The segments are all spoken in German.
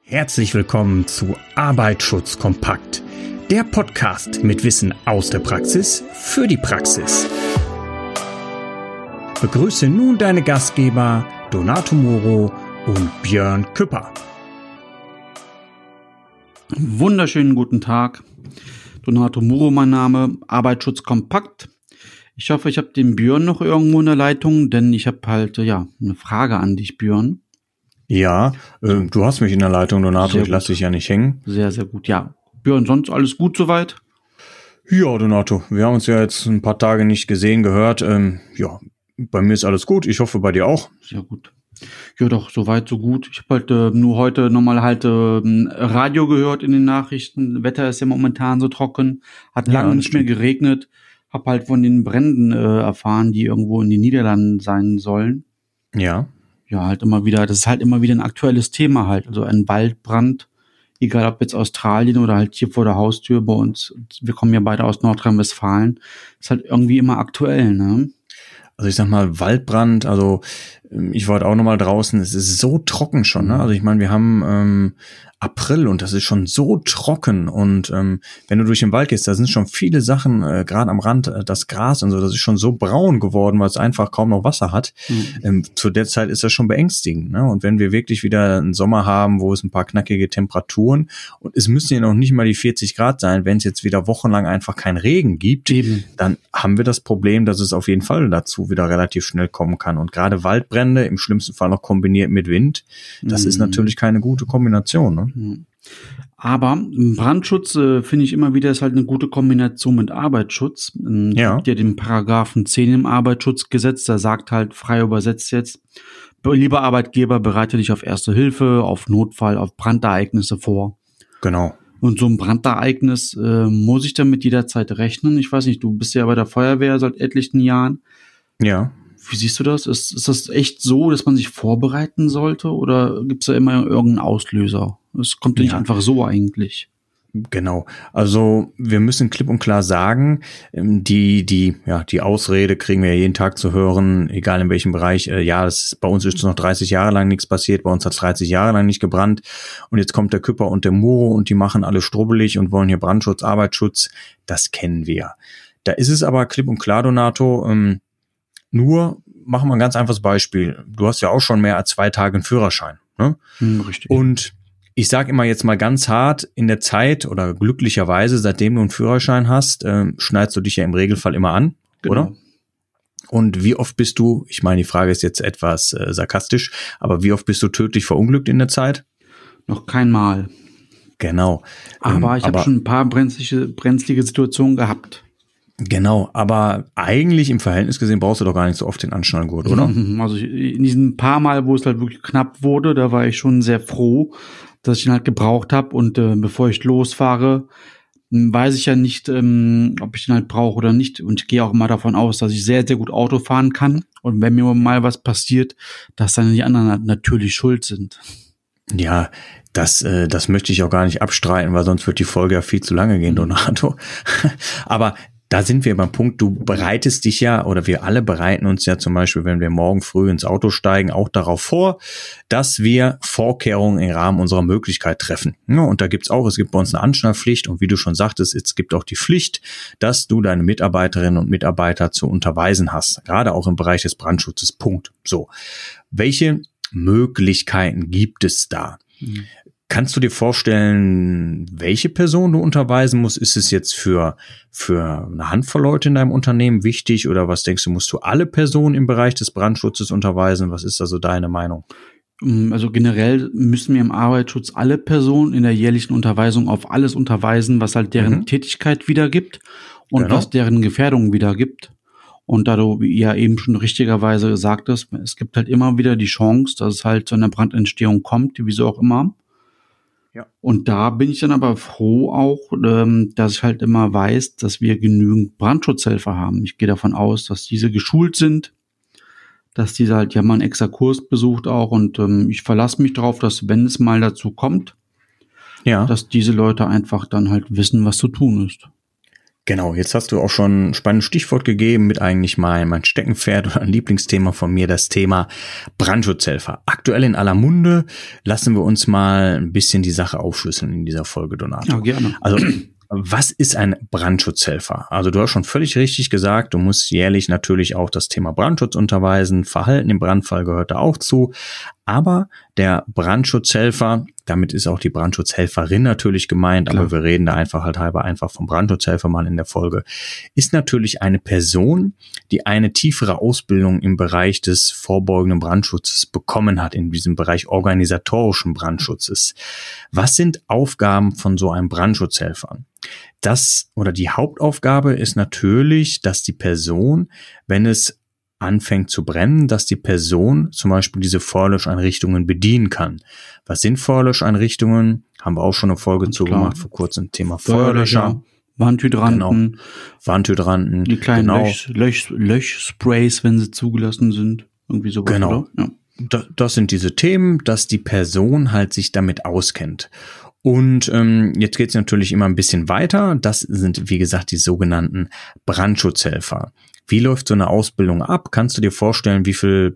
Herzlich willkommen zu Arbeitsschutz kompakt, der Podcast mit Wissen aus der Praxis für die Praxis. Begrüße nun deine Gastgeber Donato Moro und Björn Küpper. Wunderschönen guten Tag. Donato Moro mein Name, Arbeitsschutz kompakt. Ich hoffe, ich habe den Björn noch irgendwo in der Leitung, denn ich habe halt eine Frage an dich, Björn. Ja, du hast mich in der Leitung, Donato, ich lasse dich ja nicht hängen. Sehr, sehr gut, ja. Björn, sonst alles gut soweit? Ja, Donato, wir haben uns ja jetzt ein paar Tage nicht gesehen, gehört. Ja, bei mir ist alles gut, ich hoffe bei dir auch. Sehr gut. Ja, doch, soweit, so gut. Ich habe halt nur heute nochmal Radio gehört in den Nachrichten. Wetter ist ja momentan so trocken, hat lange nicht mehr geregnet. Hab halt von den Bränden erfahren, die irgendwo in den Niederlanden sein sollen. Ja. Ja, halt immer wieder, das ist halt immer wieder ein aktuelles Thema halt. Also ein Waldbrand, egal ob jetzt Australien oder halt hier vor der Haustür bei uns. Wir kommen ja beide aus Nordrhein-Westfalen. Ist halt irgendwie immer aktuell, ne? Also ich sag mal, Waldbrand, also ich war heute auch nochmal draußen, es ist so trocken schon, ne? Also ich meine, wir haben April und das ist schon so trocken und wenn du durch den Wald gehst, da sind schon viele Sachen, gerade am Rand, das Gras und so, das ist schon so braun geworden, weil es einfach kaum noch Wasser hat. Zu der Zeit ist das schon beängstigend, ne? Und wenn wir wirklich wieder einen Sommer haben, wo es ein paar knackige Temperaturen und es müssen ja noch nicht mal die 40 Grad sein, wenn es jetzt wieder wochenlang einfach keinen Regen gibt, dann haben wir das Problem, dass es auf jeden Fall dazu wieder relativ schnell kommen kann. Und gerade Waldbrände, im schlimmsten Fall noch kombiniert mit Wind, das ist natürlich keine gute Kombination, ne? Aber Brandschutz finde ich immer wieder ist halt eine gute Kombination mit Arbeitsschutz. Ja. Gibt ja den Paragraphen 10 im Arbeitsschutzgesetz, der sagt halt frei übersetzt jetzt, lieber Arbeitgeber, bereite dich auf Erste Hilfe, auf Notfall, auf Brandereignisse vor. Genau. Und so ein Brandereignis muss ich damit jederzeit rechnen. Ich weiß nicht, du bist ja bei der Feuerwehr seit etlichen Jahren. Ja. Wie siehst du das? Ist das echt so, dass man sich vorbereiten sollte oder gibt es da immer irgendeinen Auslöser? Es kommt ja nicht einfach so eigentlich. Genau. Also wir müssen klipp und klar sagen, die Ausrede kriegen wir ja jeden Tag zu hören, egal in welchem Bereich. Bei uns ist noch 30 Jahre lang nichts passiert, bei uns hat 30 Jahre lang nicht gebrannt und jetzt kommt der Küpper und der Muro und die machen alle strubbelig und wollen hier Brandschutz, Arbeitsschutz. Das kennen wir. Da ist es aber klipp und klar, Donato, nur machen wir ein ganz einfaches Beispiel. Du hast ja auch schon mehr als 2 Tage einen Führerschein, ne? Richtig. Und ich sage immer jetzt mal ganz hart, in der Zeit oder glücklicherweise, seitdem du einen Führerschein hast, schneidest du dich ja im Regelfall immer an, oder? Und wie oft bist du, ich meine, die Frage ist jetzt etwas sarkastisch, aber wie oft bist du tödlich verunglückt in der Zeit? Noch kein Mal. Genau. Aber ich habe schon ein paar brenzlige Situationen gehabt. Genau, aber eigentlich im Verhältnis gesehen brauchst du doch gar nicht so oft den Anschnallgurt, oder? Also in diesen paar Mal, wo es halt wirklich knapp wurde, da war ich schon sehr froh, dass ich ihn halt gebraucht habe. Und bevor ich losfahre, weiß ich ja nicht, ob ich ihn halt brauche oder nicht. Und ich gehe auch immer davon aus, dass ich sehr, sehr gut Auto fahren kann. Und wenn mir mal was passiert, dass dann die anderen natürlich schuld sind. Ja, das möchte ich auch gar nicht abstreiten, weil sonst wird die Folge ja viel zu lange gehen, Donato. Aber da sind wir beim Punkt, du bereitest dich ja, oder wir alle bereiten uns ja zum Beispiel, wenn wir morgen früh ins Auto steigen, auch darauf vor, dass wir Vorkehrungen im Rahmen unserer Möglichkeit treffen. Ja, und da es gibt bei uns eine Anschnallpflicht und wie du schon sagtest, es gibt auch die Pflicht, dass du deine Mitarbeiterinnen und Mitarbeiter zu unterweisen hast, gerade auch im Bereich des Brandschutzes. Punkt. So, welche Möglichkeiten gibt es da? Kannst du dir vorstellen, welche Person du unterweisen musst? Ist es jetzt für eine Handvoll Leute in deinem Unternehmen wichtig oder was denkst du, musst du alle Personen im Bereich des Brandschutzes unterweisen? Was ist da so deine Meinung? Also generell müssen wir im Arbeitsschutz alle Personen in der jährlichen Unterweisung auf alles unterweisen, was halt deren Tätigkeit wiedergibt und was deren Gefährdung wiedergibt. Und da du ja eben schon richtigerweise gesagt hast, es gibt halt immer wieder die Chance, dass es halt zu einer Brandentstehung kommt, wieso auch immer. Ja. Und da bin ich dann aber froh auch, dass ich halt immer weiß, dass wir genügend Brandschutzhelfer haben. Ich gehe davon aus, dass diese geschult sind, dass diese halt ja mal einen extra Kurs besucht auch und ich verlasse mich darauf, dass wenn es mal dazu kommt, dass diese Leute einfach dann halt wissen, was zu tun ist. Genau, jetzt hast du auch schon ein spannendes Stichwort gegeben mit eigentlich mein Steckenpferd oder ein Lieblingsthema von mir, das Thema Brandschutzhelfer. Aktuell in aller Munde. Lassen wir uns mal ein bisschen die Sache aufschlüsseln in dieser Folge, Donato. Ja, gerne. Also, was ist ein Brandschutzhelfer? Also du hast schon völlig richtig gesagt, du musst jährlich natürlich auch das Thema Brandschutz unterweisen. Verhalten im Brandfall gehört da auch zu. Aber der Brandschutzhelfer, damit ist auch die Brandschutzhelferin natürlich gemeint, klar, aber wir reden da einfach vom Brandschutzhelfer mal in der Folge, ist natürlich eine Person, die eine tiefere Ausbildung im Bereich des vorbeugenden Brandschutzes bekommen hat, in diesem Bereich organisatorischen Brandschutzes. Was sind Aufgaben von so einem Brandschutzhelfer? Die Hauptaufgabe ist natürlich, dass die Person, wenn es anfängt zu brennen, dass die Person zum Beispiel diese Feuerlöscheinrichtungen bedienen kann. Was sind Feuerlöscheinrichtungen? Haben wir auch schon eine Folge zugemacht vor kurzem, Thema Feuerlöscher. Wandhydranten. Genau. Wandhydranten. Die kleinen Löschsprays, wenn sie zugelassen sind. Irgendwie sowas, genau. Oder? Ja. Das sind diese Themen, dass die Person halt sich damit auskennt. Und jetzt geht es natürlich immer ein bisschen weiter. Das sind, wie gesagt, die sogenannten Brandschutzhelfer. Wie läuft so eine Ausbildung ab? Kannst du dir vorstellen, wie viel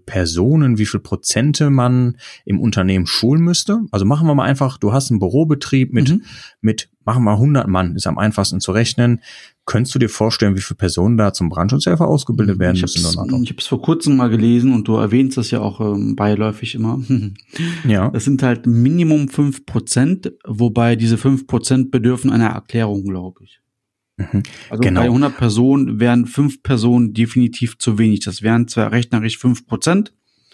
Prozente man im Unternehmen schulen müsste? Also machen wir mal einfach, du hast einen Bürobetrieb mit machen wir 100 Mann, ist am einfachsten zu rechnen. Könntest du dir vorstellen, wie viele Personen da zum Brandschutzhelfer ausgebildet werden müssen? Ich habe es vor kurzem mal gelesen und du erwähnst das ja auch beiläufig immer. Ja. Das sind halt Minimum 5%, wobei diese 5% bedürfen einer Erklärung, glaube ich. Also genau. Bei 100 Personen wären 5 Personen definitiv zu wenig. Das wären zwar rechnerisch 5%.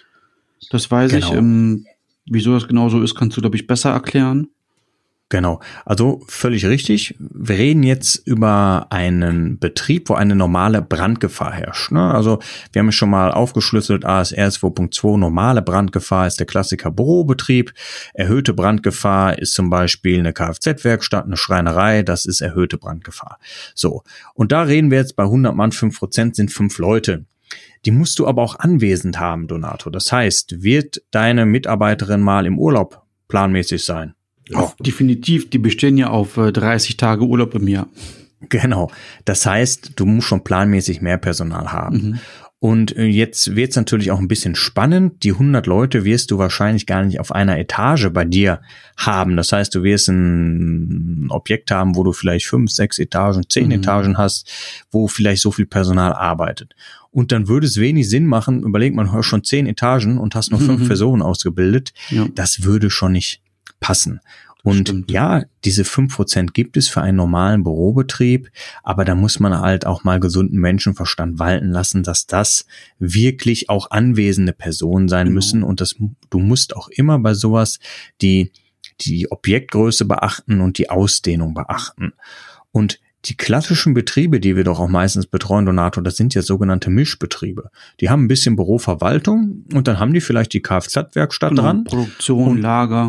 Das weiß ich. Wieso das genau so ist, kannst du, glaube ich, besser erklären. Genau, also völlig richtig. Wir reden jetzt über einen Betrieb, wo eine normale Brandgefahr herrscht. Ne? Also wir haben es schon mal aufgeschlüsselt, ASR 2.2, normale Brandgefahr ist der Klassiker Bürobetrieb. Erhöhte Brandgefahr ist zum Beispiel eine Kfz-Werkstatt, eine Schreinerei, das ist erhöhte Brandgefahr. So, und da reden wir jetzt bei 100 Mann, 5% sind 5 Leute. Die musst du aber auch anwesend haben, Donato. Das heißt, wird deine Mitarbeiterin mal im Urlaub planmäßig sein? Ja. Definitiv, die bestehen ja auf 30 Tage Urlaub im Jahr. Genau, das heißt, du musst schon planmäßig mehr Personal haben. Und jetzt wird es natürlich auch ein bisschen spannend. Die 100 Leute wirst du wahrscheinlich gar nicht auf einer Etage bei dir haben. Das heißt, du wirst ein Objekt haben, wo du vielleicht 5, 6 Etagen, 10 Etagen hast, wo vielleicht so viel Personal arbeitet. Und dann würde es wenig Sinn machen, überleg mal, du hast schon 10 Etagen und hast nur 5 Personen ausgebildet. Ja. Das würde schon nicht passen. Und stimmt. Ja, diese 5% gibt es für einen normalen Bürobetrieb, aber da muss man halt auch mal gesunden Menschenverstand walten lassen, dass das wirklich auch anwesende Personen sein müssen. Und du musst auch immer bei sowas die Objektgröße beachten und die Ausdehnung beachten. Und die klassischen Betriebe, die wir doch auch meistens betreuen, Donato, das sind ja sogenannte Mischbetriebe. Die haben ein bisschen Büroverwaltung und dann haben die vielleicht die Kfz-Werkstatt dran. Produktion, Lager,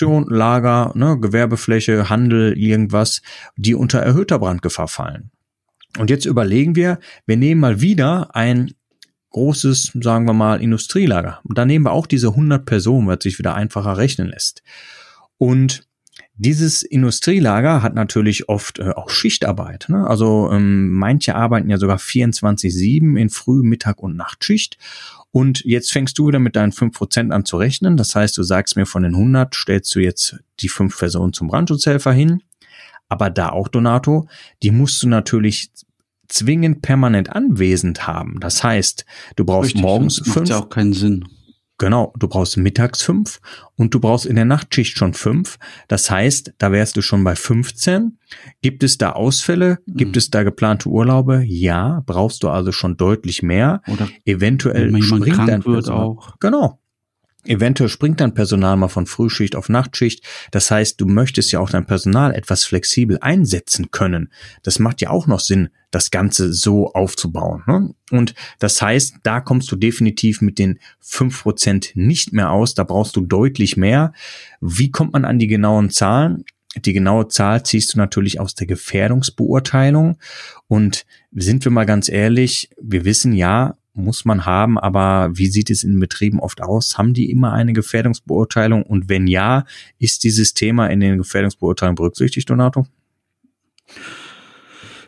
ne, Gewerbefläche, Handel, irgendwas, die unter erhöhter Brandgefahr fallen. Und jetzt überlegen wir nehmen mal wieder ein großes, sagen wir mal, Industrielager. Und da nehmen wir auch diese 100 Personen, was sich wieder einfacher rechnen lässt. Und dieses Industrielager hat natürlich oft auch Schichtarbeit. Ne? Also manche arbeiten ja sogar 24/7 in Früh-, Mittag- und Nachtschicht. Und jetzt fängst du wieder mit deinen 5% an zu rechnen. Das heißt, du sagst mir, von den 100 stellst du jetzt die 5 Personen zum Brandschutzhelfer hin. Aber da auch, Donato, die musst du natürlich zwingend permanent anwesend haben. Das heißt, du brauchst morgens 5. Macht ja auch keinen Sinn. Genau, du brauchst mittags 5 und du brauchst in der Nachtschicht schon 5. Das heißt, da wärst du schon bei 15. Gibt es da Ausfälle? Gibt es da geplante Urlaube? Ja, brauchst du also schon deutlich mehr. Oder eventuell wenn jemand springt krank wird auch. Genau. Eventuell springt dein Personal mal von Frühschicht auf Nachtschicht. Das heißt, du möchtest ja auch dein Personal etwas flexibel einsetzen können. Das macht ja auch noch Sinn, das Ganze so aufzubauen. Ne? Und das heißt, da kommst du definitiv mit den 5% nicht mehr aus. Da brauchst du deutlich mehr. Wie kommt man an die genauen Zahlen? Die genaue Zahl ziehst du natürlich aus der Gefährdungsbeurteilung. Und sind wir mal ganz ehrlich, wir wissen ja, muss man haben, aber wie sieht es in Betrieben oft aus? Haben die immer eine Gefährdungsbeurteilung? Und wenn ja, ist dieses Thema in den Gefährdungsbeurteilungen berücksichtigt, Donato?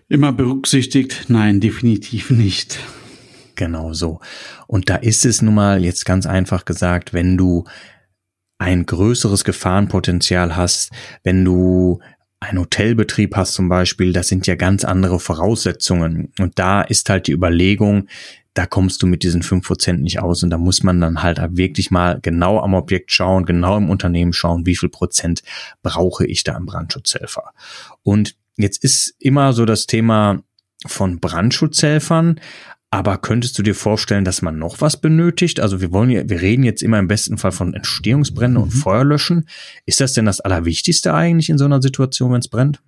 immer berücksichtigt? Nein, definitiv nicht. Genau so. Und da ist es nun mal jetzt ganz einfach gesagt, wenn du ein größeres Gefahrenpotenzial hast, wenn du einen Hotelbetrieb hast zum Beispiel, das sind ja ganz andere Voraussetzungen. Und da ist halt die Überlegung, da kommst du mit diesen 5% nicht aus. Und da muss man dann halt wirklich mal genau am Objekt schauen, genau im Unternehmen schauen, wie viel Prozent brauche ich da an Brandschutzhelfer. Und jetzt ist immer so das Thema von Brandschutzhelfern. Aber könntest du dir vorstellen, dass man noch was benötigt? Also wir reden jetzt immer im besten Fall von Entstehungsbränden und Feuerlöschen. Ist das denn das Allerwichtigste eigentlich in so einer Situation, wenn es brennt?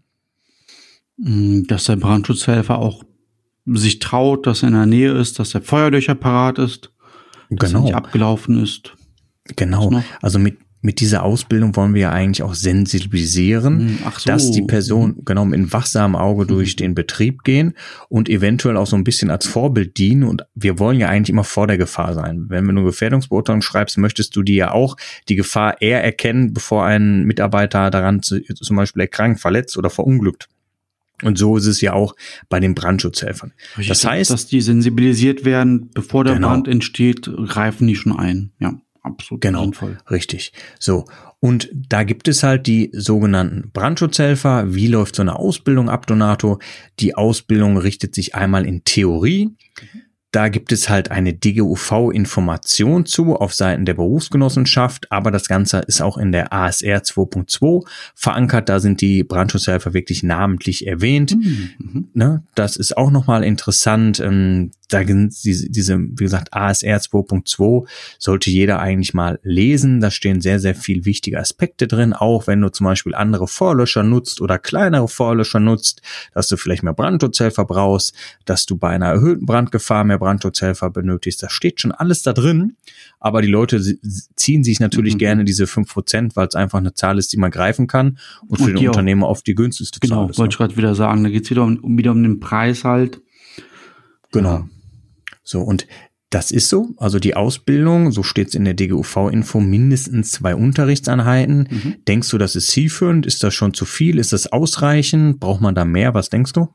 Dass der Brandschutzhelfer auch sich traut, dass er in der Nähe ist, dass der Feuerlöscher parat ist, dass er nicht abgelaufen ist. Genau, also mit dieser Ausbildung wollen wir ja eigentlich auch sensibilisieren, dass die Personen genau mit einem wachsamen Auge durch den Betrieb gehen und eventuell auch so ein bisschen als Vorbild dienen. Und wir wollen ja eigentlich immer vor der Gefahr sein. Wenn du eine Gefährdungsbeurteilung schreibst, möchtest du die ja auch die Gefahr eher erkennen, bevor ein Mitarbeiter daran zum Beispiel erkrankt, verletzt oder verunglückt. Und so ist es ja auch bei den Brandschutzhelfern. Das heißt, dass die sensibilisiert werden, bevor der Brand entsteht, greifen die schon ein. Ja. Absolut sinnvoll. Richtig. So. Und da gibt es halt die sogenannten Brandschutzhelfer. Wie läuft so eine Ausbildung ab, Donato? Die Ausbildung richtet sich einmal in Theorie. Da gibt es halt eine DGUV-Information zu auf Seiten der Berufsgenossenschaft, aber das Ganze ist auch in der ASR 2.2 verankert. Da sind die Brandschutzhelfer wirklich namentlich erwähnt. Ne, das ist auch nochmal interessant. Da sind diese, wie gesagt, ASR 2.2 sollte jeder eigentlich mal lesen. Da stehen sehr, sehr viel wichtige Aspekte drin. Auch wenn du zum Beispiel andere Feuerlöscher nutzt oder kleinere Feuerlöscher nutzt, dass du vielleicht mehr Brandschutzhelfer brauchst, dass du bei einer erhöhten Brandgefahr mehr Brandschutzhelfer benötigst. Das steht schon alles da drin. Aber die Leute ziehen sich natürlich gerne diese 5%, weil es einfach eine Zahl ist, die man greifen kann und für den Unternehmer oft die günstigste Zahl ist. Genau, wollte ich gerade wieder sagen. Da geht es wieder um den Preis halt. Genau. So, und das ist so. Also die Ausbildung, so steht es in der DGUV-Info, mindestens 2 Unterrichtseinheiten. Denkst du, das ist zielführend? Ist das schon zu viel? Ist das ausreichend? Braucht man da mehr? Was denkst du?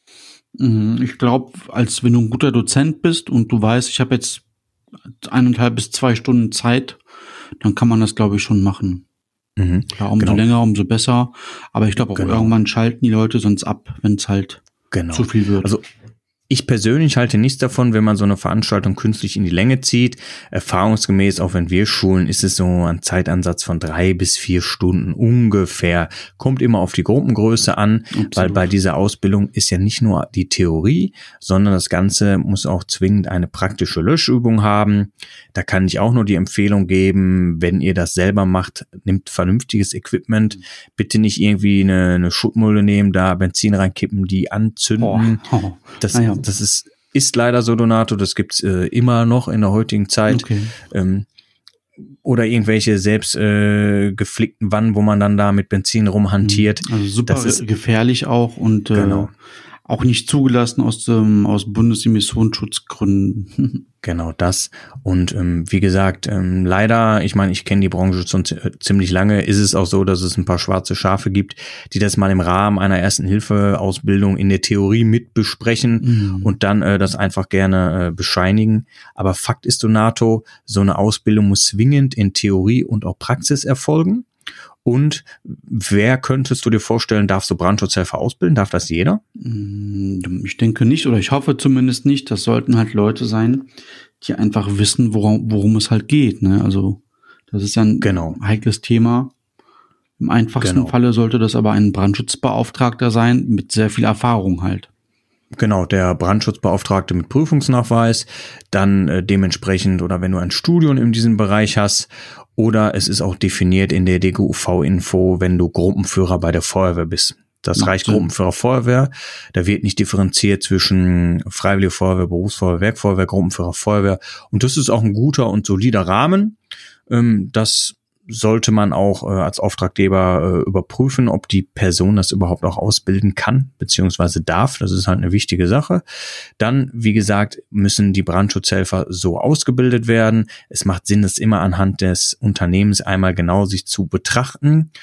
Ich glaube, als wenn du ein guter Dozent bist und du weißt, ich habe jetzt 1,5 bis 2 Stunden Zeit, dann kann man das, glaube ich, schon machen. Klar, umso länger, umso besser. Aber ich glaube auch irgendwann schalten die Leute sonst ab, wenn es halt zu viel wird. Also ich persönlich halte nichts davon, wenn man so eine Veranstaltung künstlich in die Länge zieht. Erfahrungsgemäß, auch wenn wir schulen, ist es so ein Zeitansatz von 3 bis 4 Stunden ungefähr. Kommt immer auf die Gruppengröße an, weil bei dieser Ausbildung ist ja nicht nur die Theorie, sondern das Ganze muss auch zwingend eine praktische Löschübung haben. Da kann ich auch nur die Empfehlung geben, wenn ihr das selber macht, nehmt vernünftiges Equipment. Bitte nicht irgendwie eine Schuttmulde nehmen, da Benzin reinkippen, die anzünden. Das ist leider so, Donato, das gibt's immer noch in der heutigen Zeit. Oder irgendwelche selbst geflickten Wannen, wo man dann da mit Benzin rumhantiert. Also super, das ist gefährlich auch und auch nicht zugelassen aus Bundesemissionsschutzgründen. Genau das. Und wie gesagt, leider, ich meine, ich kenne die Branche schon ziemlich lange, ist es auch so, dass es ein paar schwarze Schafe gibt, die das mal im Rahmen einer Ersten-Hilfe-Ausbildung in der Theorie mit besprechen und dann das einfach gerne bescheinigen. Aber Fakt ist, Donato, so eine Ausbildung muss zwingend in Theorie und auch Praxis erfolgen. Und wer könntest du dir vorstellen, darf so Brandschutzhelfer ausbilden? Darf das jeder? Ich denke nicht, oder ich hoffe zumindest nicht. Das sollten halt Leute sein, die einfach wissen, worum es halt geht. Ne? Also das ist ja ein heikles Thema. Im einfachsten Falle sollte das aber ein Brandschutzbeauftragter sein, mit sehr viel Erfahrung halt. Genau, der Brandschutzbeauftragte mit Prüfungsnachweis, dann dementsprechend, oder wenn du ein Studium in diesem Bereich hast, oder es ist auch definiert in der DGUV-Info, wenn du Gruppenführer bei der Feuerwehr bist. Das reicht Gruppenführer Feuerwehr. Da wird nicht differenziert zwischen Freiwillige Feuerwehr, Berufsfeuerwehr, Werkfeuerwehr, Gruppenführer Feuerwehr. Und das ist auch ein guter und solider Rahmen. Das sollte man auch als Auftraggeber überprüfen, ob die Person das überhaupt auch ausbilden kann beziehungsweise darf. Das ist halt eine wichtige Sache. Dann, wie gesagt, müssen die Brandschutzhelfer so ausgebildet werden. Es macht Sinn, das immer anhand des Unternehmens einmal genau sich zu betrachten.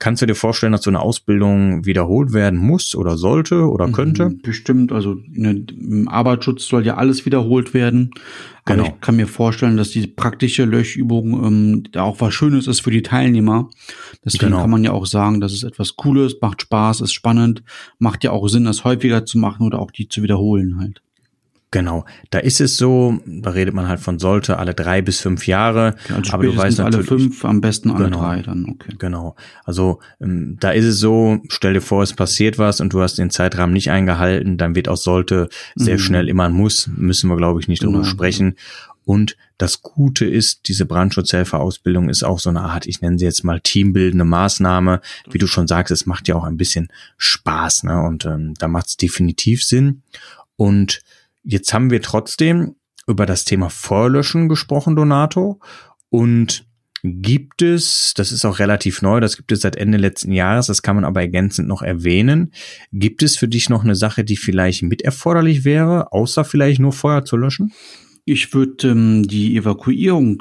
kannst du dir vorstellen, dass so eine Ausbildung wiederholt werden muss oder sollte oder könnte? Bestimmt, also im Arbeitsschutz soll ja alles wiederholt werden. Genau. Aber ich kann mir vorstellen, dass die praktische Löschübung da auch was Schönes ist für die Teilnehmer. Deswegen kann man ja auch sagen, dass es etwas Cooles, macht Spaß, ist spannend, macht ja auch Sinn, das häufiger zu machen oder auch die zu wiederholen halt. Genau, da ist es so, da redet man halt von sollte, alle 3 bis 5 Jahre. Ja, also aber du weißt natürlich, alle 5, am besten alle 3 dann, okay. Genau, also da ist es so, stell dir vor, es passiert was und du hast den Zeitrahmen nicht eingehalten, dann wird aus sollte sehr schnell immer ein Muss, müssen wir glaube ich nicht drüber sprechen. Und das Gute ist, diese Brandschutzhelferausbildung ist auch so eine Art, ich nenne sie jetzt mal teambildende Maßnahme. Wie du schon sagst, es macht ja auch ein bisschen Spaß, ne? Und da macht es definitiv Sinn. Und jetzt haben wir trotzdem über das Thema Feuerlöschen gesprochen, Donato. Und gibt es, das ist auch relativ neu, das gibt es seit Ende letzten Jahres, das kann man aber ergänzend noch erwähnen. Gibt es für dich noch eine Sache, die vielleicht mit erforderlich wäre, außer vielleicht nur Feuer zu löschen? Ich würde die Evakuierung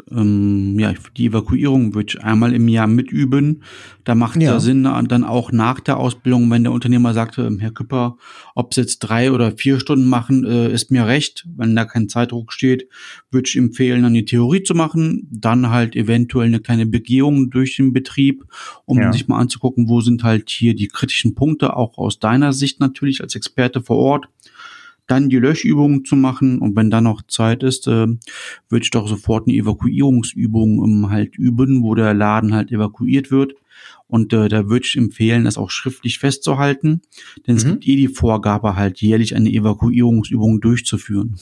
würde ich einmal im Jahr mitüben. Da macht ja Sinn, dann auch nach der Ausbildung, wenn der Unternehmer sagt, Herr Küpper, ob es jetzt 3 oder 4 Stunden machen, ist mir recht. Wenn da kein Zeitdruck steht, würde ich empfehlen, dann die Theorie zu machen, dann halt eventuell eine kleine Begehung durch den Betrieb, um sich mal anzugucken, wo sind halt hier die kritischen Punkte, auch aus deiner Sicht natürlich als Experte vor Ort. Dann die Löschübungen zu machen und wenn dann noch Zeit ist, würde ich doch sofort eine Evakuierungsübung halt üben, wo der Laden halt evakuiert wird. Und da würde ich empfehlen, das auch schriftlich festzuhalten, denn es gibt die Vorgabe halt jährlich eine Evakuierungsübung durchzuführen.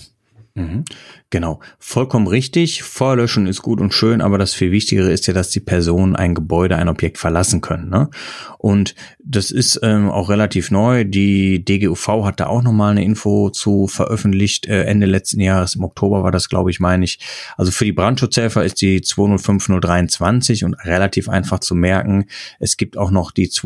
Genau, vollkommen richtig. Feuerlöschen ist gut und schön, aber das viel Wichtigere ist ja, dass die Personen ein Gebäude, ein Objekt verlassen können, ne? Und das ist auch relativ neu. Die DGUV hat da auch nochmal eine Info zu veröffentlicht, Ende letzten Jahres, im Oktober war das, glaube ich, meine ich. Also für die Brandschutzhelfer ist die 205023 und relativ einfach zu merken. Es gibt auch noch die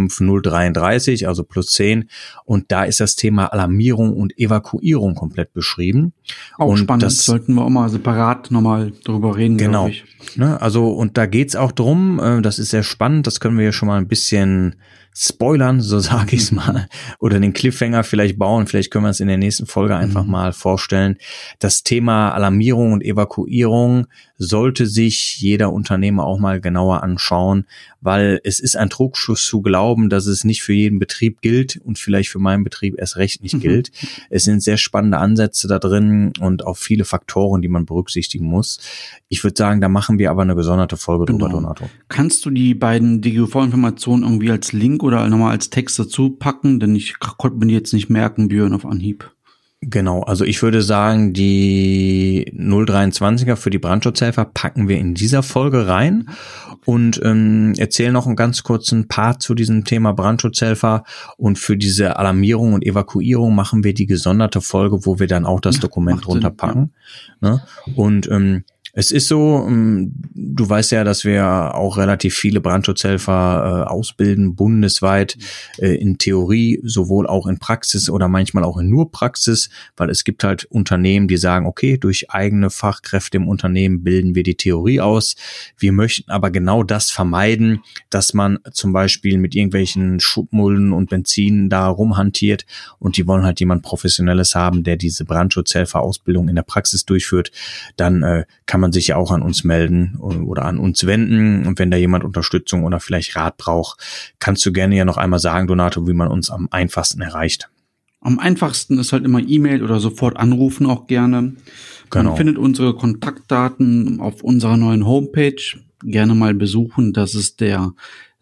205033, also plus 10. Und da ist das Thema Alarmierung und Evakuierung komplett beschrieben. Auch und spannend, das sollten wir auch mal separat nochmal drüber reden, genau, glaube ich. Ne, also und da geht's auch drum, das ist sehr spannend, das können wir ja schon mal ein bisschen spoilern, so sage ich es mal, oder den Cliffhanger vielleicht bauen, vielleicht können wir es in der nächsten Folge einfach mal vorstellen. Das Thema Alarmierung und Evakuierung sollte sich jeder Unternehmer auch mal genauer anschauen, weil es ist ein Trugschluss zu glauben, dass es nicht für jeden Betrieb gilt und vielleicht für meinen Betrieb erst recht nicht gilt. Es sind sehr spannende Ansätze da drin und auch viele Faktoren, die man berücksichtigen muss. Ich würde sagen, da machen wir aber eine gesonderte Folge drüber, Donato. Kannst du die beiden DGUV-Informationen irgendwie als Link oder nochmal als Text dazu packen? Denn ich konnte mir die jetzt nicht merken, Björn, auf Anhieb. Genau, also ich würde sagen, die 023er für die Brandschutzhelfer packen wir in dieser Folge rein und erzählen noch einen ganz kurzen Part zu diesem Thema Brandschutzhelfer und für diese Alarmierung und Evakuierung machen wir die gesonderte Folge, wo wir dann auch das Dokument drunter packen. Ne? Und es ist so, du weißt ja, dass wir auch relativ viele Brandschutzhelfer ausbilden, bundesweit in Theorie, sowohl auch in Praxis oder manchmal auch in nur Praxis, weil es gibt halt Unternehmen, die sagen, okay, durch eigene Fachkräfte im Unternehmen bilden wir die Theorie aus. Wir möchten aber genau das vermeiden, dass man zum Beispiel mit irgendwelchen Schubmulden und Benzin da rumhantiert und die wollen halt jemand Professionelles haben, der diese Brandschutzhelfer-Ausbildung in der Praxis durchführt. Dann kann man sich ja auch an uns melden oder an uns wenden. Und wenn da jemand Unterstützung oder vielleicht Rat braucht, kannst du gerne ja noch einmal sagen, Donato, wie man uns am einfachsten erreicht. Am einfachsten ist halt immer E-Mail oder sofort anrufen auch gerne. Genau. Man findet unsere Kontaktdaten auf unserer neuen Homepage. Gerne mal besuchen. Das ist der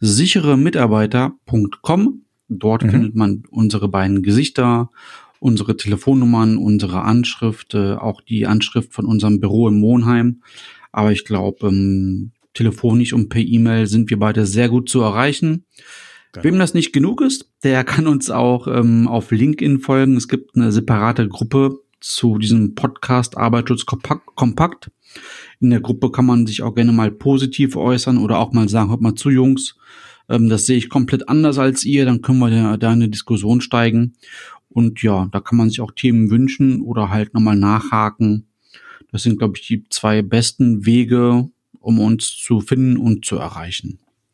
sicheremitarbeiter.com. Dort findet man unsere beiden Gesichter, unsere Telefonnummern, unsere Anschrift, auch die Anschrift von unserem Büro in Monheim. Aber ich glaube, telefonisch und per E-Mail sind wir beide sehr gut zu erreichen. Genau. Wem das nicht genug ist, der kann uns auch auf LinkedIn folgen. Es gibt eine separate Gruppe zu diesem Podcast Arbeitsschutz Kompakt. In der Gruppe kann man sich auch gerne mal positiv äußern oder auch mal sagen, hört mal zu, Jungs, das sehe ich komplett anders als ihr. Dann können wir da in eine Diskussion steigen. Und ja, da kann man sich auch Themen wünschen oder halt nochmal nachhaken. Das sind, glaube ich, die 2 besten Wege, um uns zu finden und zu erreichen.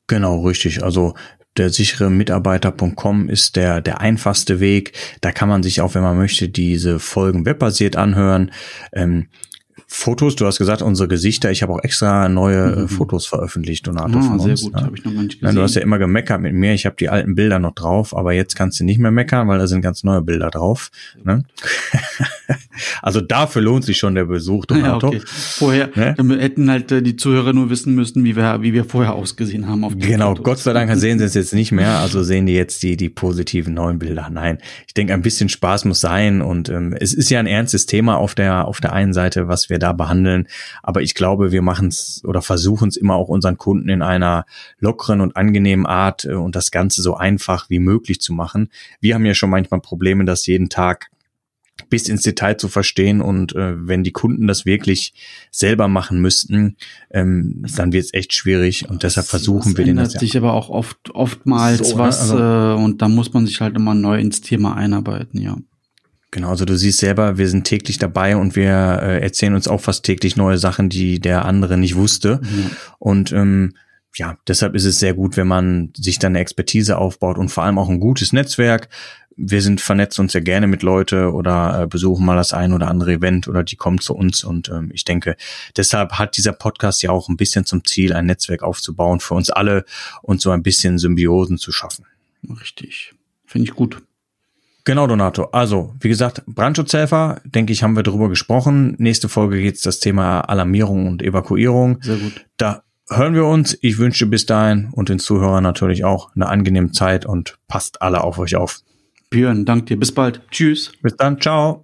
Genau, richtig. Also der sichere Mitarbeiter.com ist der einfachste Weg. Da kann man sich auch, wenn man möchte, diese Folgen webbasiert anhören. Fotos, du hast gesagt, unsere Gesichter. Ich habe auch extra neue Fotos veröffentlicht, Donato. Von sehr uns, gut, habe ich noch gar nicht gesehen. Du hast ja immer gemeckert mit mir. Ich habe die alten Bilder noch drauf, aber jetzt kannst du nicht mehr meckern, weil da sind ganz neue Bilder drauf. Ne? Also dafür lohnt sich schon der Besuch, Donato. Ja, okay. Vorher hätten halt die Zuhörer nur wissen müssen, wie wir vorher ausgesehen haben. Auf genau, Fotos. Gott sei Dank sehen sie es jetzt nicht mehr, also sehen die jetzt die positiven neuen Bilder. Nein, ich denke, ein bisschen Spaß muss sein und es ist ja ein ernstes Thema auf der einen Seite, was wir da behandeln, aber ich glaube, wir machen es oder versuchen es immer auch unseren Kunden in einer lockeren und angenehmen Art und das Ganze so einfach wie möglich zu machen. Wir haben ja schon manchmal Probleme, das jeden Tag bis ins Detail zu verstehen und wenn die Kunden das wirklich selber machen müssten, dann wird es echt schwierig und deshalb versuchen wir den. Das ändert sich aber auch oftmals so, was und da muss man sich halt immer neu ins Thema einarbeiten, ja. Genau, also du siehst selber, wir sind täglich dabei und wir erzählen uns auch fast täglich neue Sachen, die der andere nicht wusste. Und deshalb ist es sehr gut, wenn man sich dann eine Expertise aufbaut und vor allem auch ein gutes Netzwerk. Wir vernetzen uns ja gerne mit Leute oder besuchen mal das ein oder andere Event oder die kommen zu uns und ich denke, deshalb hat dieser Podcast ja auch ein bisschen zum Ziel, ein Netzwerk aufzubauen für uns alle und so ein bisschen Symbiosen zu schaffen. Richtig, finde ich gut. Genau, Donato. Also, wie gesagt, Brandschutzhelfer, denke ich, haben wir darüber gesprochen. Nächste Folge geht es das Thema Alarmierung und Evakuierung. Sehr gut. Da hören wir uns. Ich wünsche bis dahin und den Zuhörern natürlich auch eine angenehme Zeit und passt alle auf euch auf. Björn, danke dir. Bis bald. Tschüss. Bis dann. Ciao.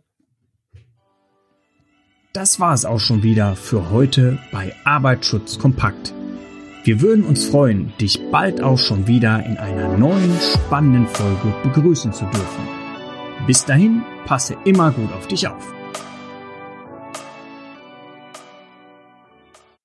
Das war es auch schon wieder für heute bei Arbeitsschutz kompakt. Wir würden uns freuen, dich bald auch schon wieder in einer neuen spannenden Folge begrüßen zu dürfen. Bis dahin, passe immer gut auf dich auf.